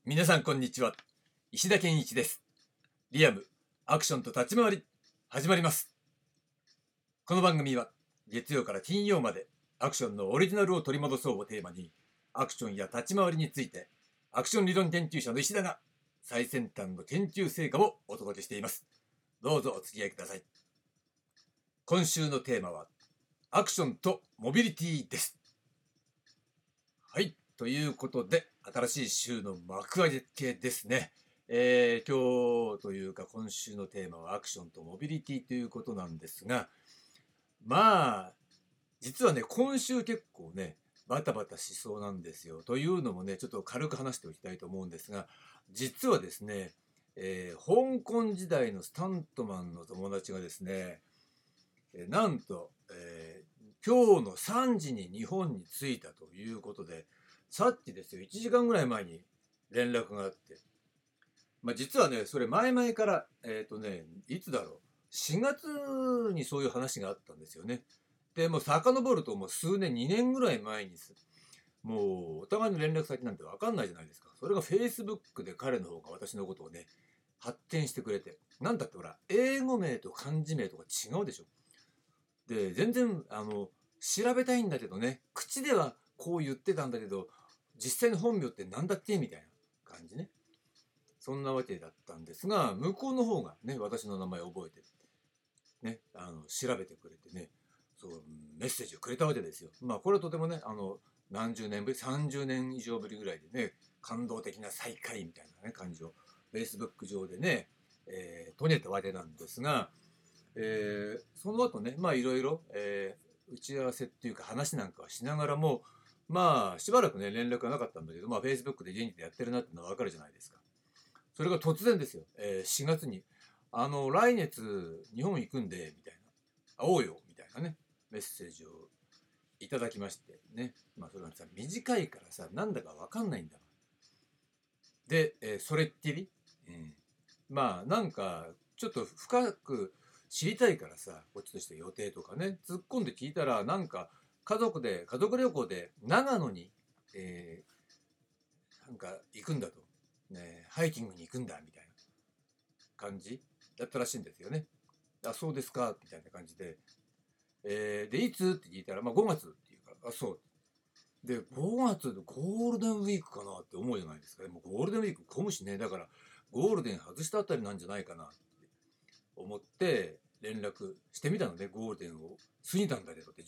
皆さんこんにちは。石田健一です。リアムアクションと立ち回り始まります。この番組は月曜から金曜までアクションのオリジナルを取り戻そうをテーマに、アクションや立ち回りについてアクション理論研究者の石田が最先端の研究成果をお届けしています。どうぞお付き合いください。今週のテーマはアクションとモビリティです。はい、ということで新しい週の幕開けですね。今日というか今週のテーマはアクションとモビリティということなんですが、実はね今週結構ねバタバタしそうなんですよ。というのもねちょっと軽く話しておきたいと思うんですが、実はですね、香港時代のスタントマンの友達がですね、なんと、今日の3時に日本に着いたということで、さっきですよ1時間ぐらい前に連絡があって、実はねそれ前々からいつだろう、4月にそういう話があったんですよね。でもう遡るともう数年2年ぐらい前にもうお互いの連絡先なんて分かんないじゃないですか。それが Facebook で彼の方が私のことをね発見してくれて、なんだってほら英語名と漢字名とか違うでしょ。で全然調べたいんだけどね、口ではこう言ってたんだけど実際の本名って何だっけみたいな感じね。そんなわけだったんですが、向こうの方がね私の名前を覚えてね調べてくれてね、そうメッセージをくれたわけですよ。これはとてもね何十年ぶり30年以上ぶりぐらいでね感動的な再会みたいなね感じを Facebook 上でね、遂げたわけなんですが、その後ねいろいろ打ち合わせっていうか話なんかはしながらも、しばらくね連絡がなかったんだけど、Facebook で元気でやってるなってのは分かるじゃないですか。それが突然ですよ、4月に来月日本行くんでみたいな、会おうよみたいなねメッセージをいただきましてね。それはさ短いからさなんだか分かんないんだ。で、それっきり、なんかちょっと深く知りたいからさ、こっちとして予定とかね突っ込んで聞いたら、なんか家族旅行で長野に、なんか行くんだと、ハイキングに行くんだみたいな感じだったらしいんですよね。あ、そうですかみたいな感じで、でいつって聞いたら、5月っていうから、あ、そうで、5月でゴールデンウィークかなって思うじゃないですか。もうゴールデンウィーク混むしね。だからゴールデン外したあたりなんじゃないかなって思って連絡してみたので、ゴールデンを過ぎたんだけどって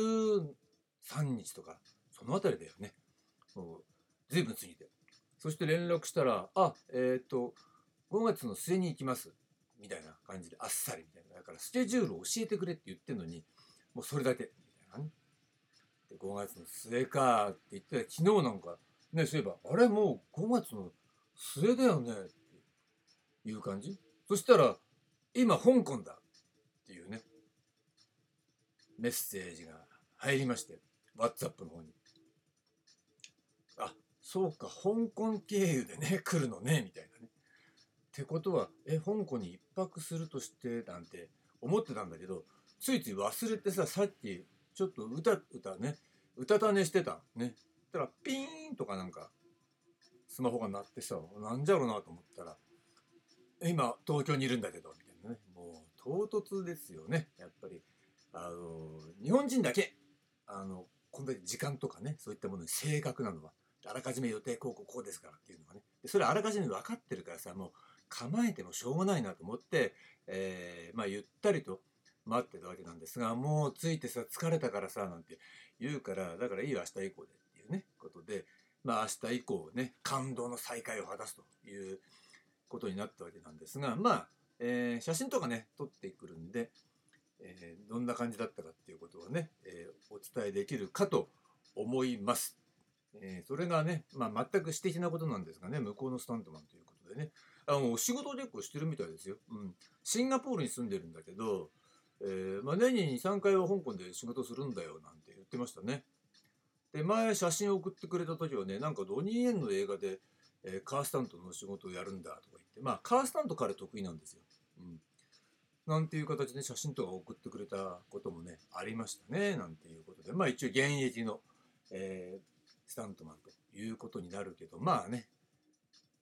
13日とかそのあたりだよね。もう随分過ぎて。そして連絡したら、5月の末に行きますみたいな感じで、あっさりみたいな。だからスケジュールを教えてくれって言ってるのに、もうそれだけみたいなね。で5月の末かって言って、昨日なんかね、そういえばあれもう5月の末だよねっていう感じ。そしたら今香港だっていうねメッセージが入りまして、 WhatsApp の方に、あ、そうか香港経由でね来るのねみたいなね。ってことは香港に一泊するとしてなんて思ってたんだけど、ついつい忘れてさ、さっきちょっとうたた寝してたね。たらピーンとかなんかスマホが鳴ってさ、なんじゃろうなと思ったら、今東京にいるんだけどみたいなね。もう唐突ですよねやっぱり。日本人だけこんな時間とかねそういったものに正確なのは、あらかじめ予定こうですからっていうのがね、それあらかじめ分かってるからさ、もう構えてもしょうがないなと思って、ゆったりと待ってたわけなんですが、もう着いてさ疲れたからさなんて言うから、だからいいよ明日以降でっていうねことで、明日以降ね感動の再会を果たすということになったわけなんですが、写真とかね撮ってくるんで、どんな感じだったかっていうことをね、お伝えできるかと思います。それがね、全く私的なことなんですがね、向こうのスタントマンということでね、お仕事結構してるみたいですよ。シンガポールに住んでるんだけど、年に2、3回は香港で仕事するんだよなんて言ってましたね。で、前写真を送ってくれた時はね、なんかドニー・イエンの映画で、カースタントの仕事をやるんだとか言って、カースタント彼得意なんですよ。なんていう形で写真とか送ってくれたこともねありましたね。なんていうことで、一応現役の、スタントマンということになるけど、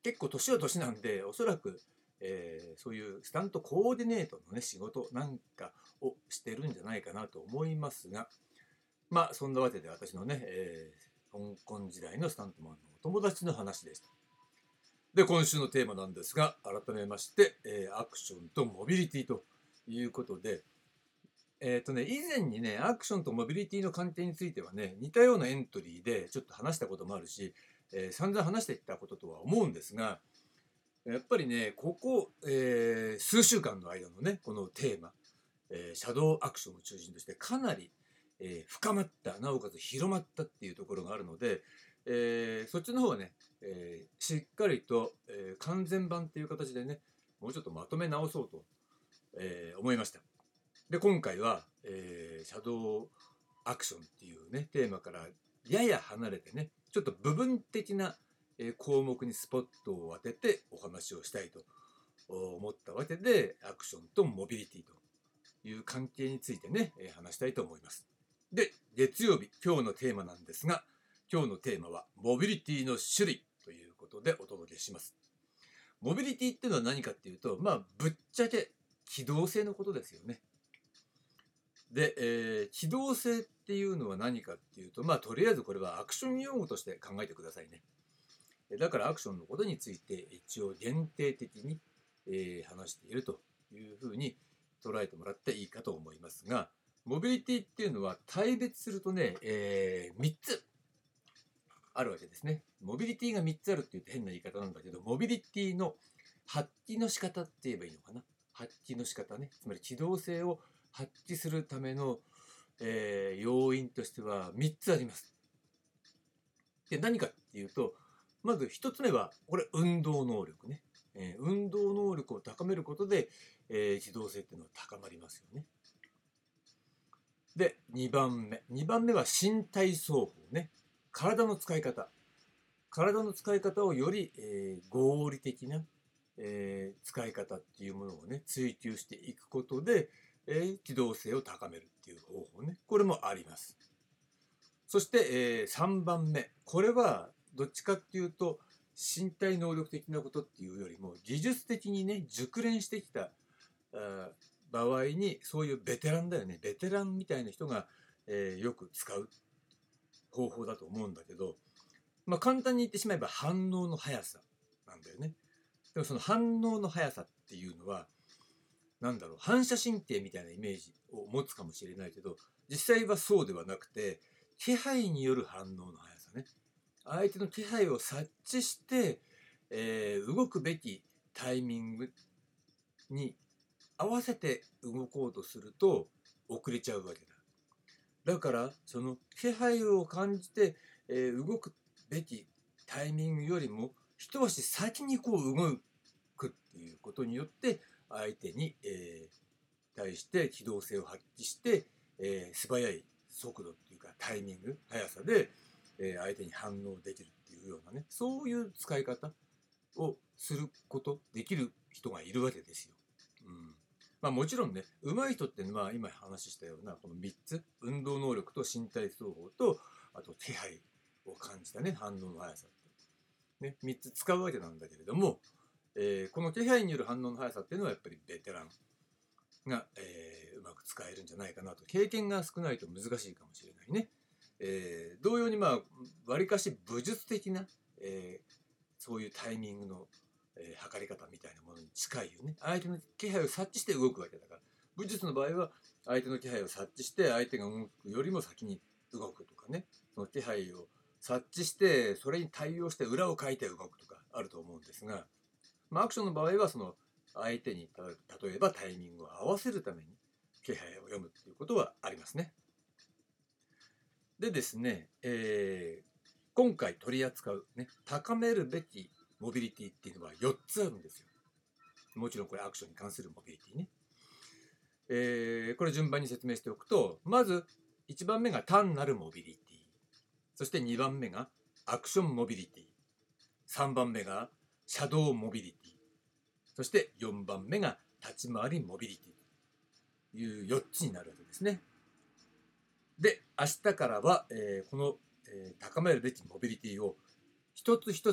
結構年は年なんで、おそらく、そういうスタントコーディネートのね、仕事なんかをしてるんじゃないかなと思いますが、まあ、そんなわけで私のね、香港時代のスタントマンのお友達の話でした。で、今週のテーマなんですが、改めまして、アクションとモビリティということで、以前にね、アクションとモビリティの関係についてはね、似たようなエントリーでちょっと話したこともあるし、散々話してきたこととは思うんですが、やっぱりね、ここ、数週間の間のね、このテーマ、シャドウアクションを中心としてかなり、深まった、なおかつ広まったっていうところがあるので、そっちの方はね、しっかりと、完全版っていう形でね、もうちょっとまとめ直そうと、思いました。で、今回は、シャドウアクションっていうね、テーマからやや離れてね、ちょっと部分的な項目にスポットを当ててお話をしたいと思ったわけで、アクションとモビリティという関係についてね、話したいと思います。で、月曜日、今日のテーマなんですが、今日のテーマはモビリティの種類ということでお届けします。モビリティっていうのは何かっていうと、まあ、ぶっちゃけ機動性のことですよね。で、機動性っていうのは何かっていうと、まあ、とりあえずこれはアクション用語として考えてくださいね。だからアクションのことについて一応限定的に、話しているというふうに捉えてもらっていいかと思いますが、モビリティっていうのは大別するとね、3つあるわけですね。モビリティが3つあるって言って変な言い方なんだけど、モビリティの発揮の仕方って言えばいいのかな。発揮の仕方ね。つまり機動性を発揮するための、要因としては3つあります。で、何かっていうと、まず1つ目は、これ運動能力ね。運動能力を高めることで、機動性っていうのは高まりますよね。で、2番目。2番目は身体操法ね。体の使い方。体の使い方をより、合理的な、使い方っていうものをね、追求していくことで、機動性を高めるっていう方法ね。これもあります。そして、3番目。これは、どっちかっていうと、身体能力的なことっていうよりも、技術的にね、熟練してきた場合に、そういうベテランだよね。ベテランみたいな人が、よく使う方法だと思うんだけど、まあ、簡単に言ってしまえば反応の速さなんだよね。でもその反応の速さっていうのは、なんだろう、反射神経みたいなイメージを持つかもしれないけど、実際はそうではなくて、気配による反応の速さね。相手の気配を察知して、動くべきタイミングに合わせて動こうとすると遅れちゃうわけだ。だからその気配を感じて、動くべきタイミングよりも一足先にこう動くっていうことによって相手に、対して機動性を発揮して、素早い速度っていうかタイミング速さで、相手に反応できるっていうようなね、そういう使い方をすることできる人がいるわけですよ。まあ、もちろんね、上手い人っていうのは今話したようなこの3つ、運動能力と身体操法と、あと気配を感じたね、反応の速さって、ね、3つ使うわけなんだけれども、この気配による反応の速さっていうのはやっぱりベテランが、うまく使えるんじゃないかなと。経験が少ないと難しいかもしれないね。同様にまあ、わりかし武術的な、そういうタイミングの、測り方みたいなものに近いよね。相手の気配を察知して動くわけだから。武術の場合は相手の気配を察知して相手が動くよりも先に動くとかね。その気配を察知してそれに対応して裏をかいて動くとかあると思うんですが、まあ、アクションの場合はその相手に例えばタイミングを合わせるために気配を読むっていうことはありますね。でですね、今回取り扱う、ね、高めるべきモビリティっていうのは4つあるんですよ。もちろんこれアクションに関するモビリティね。これ順番に説明しておくと、まず1番目が単なるモビリティ。そして2番目がアクションモビリティ。3番目がシャドウモビリティ。そして4番目が立ち回りモビリティという4つになるわけですね。で、明日からは、この、高めるべきモビリティを一つ一つ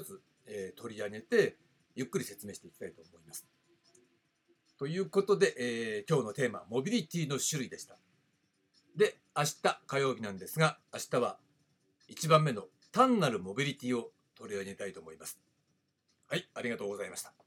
取り上げてゆっくり説明していきたいと思います。ということで、今日のテーマモビリティの種類でした。で、明日火曜日なんですが、明日は1番目の単なるモビリティを取り上げたいと思います。はい、ありがとうございました。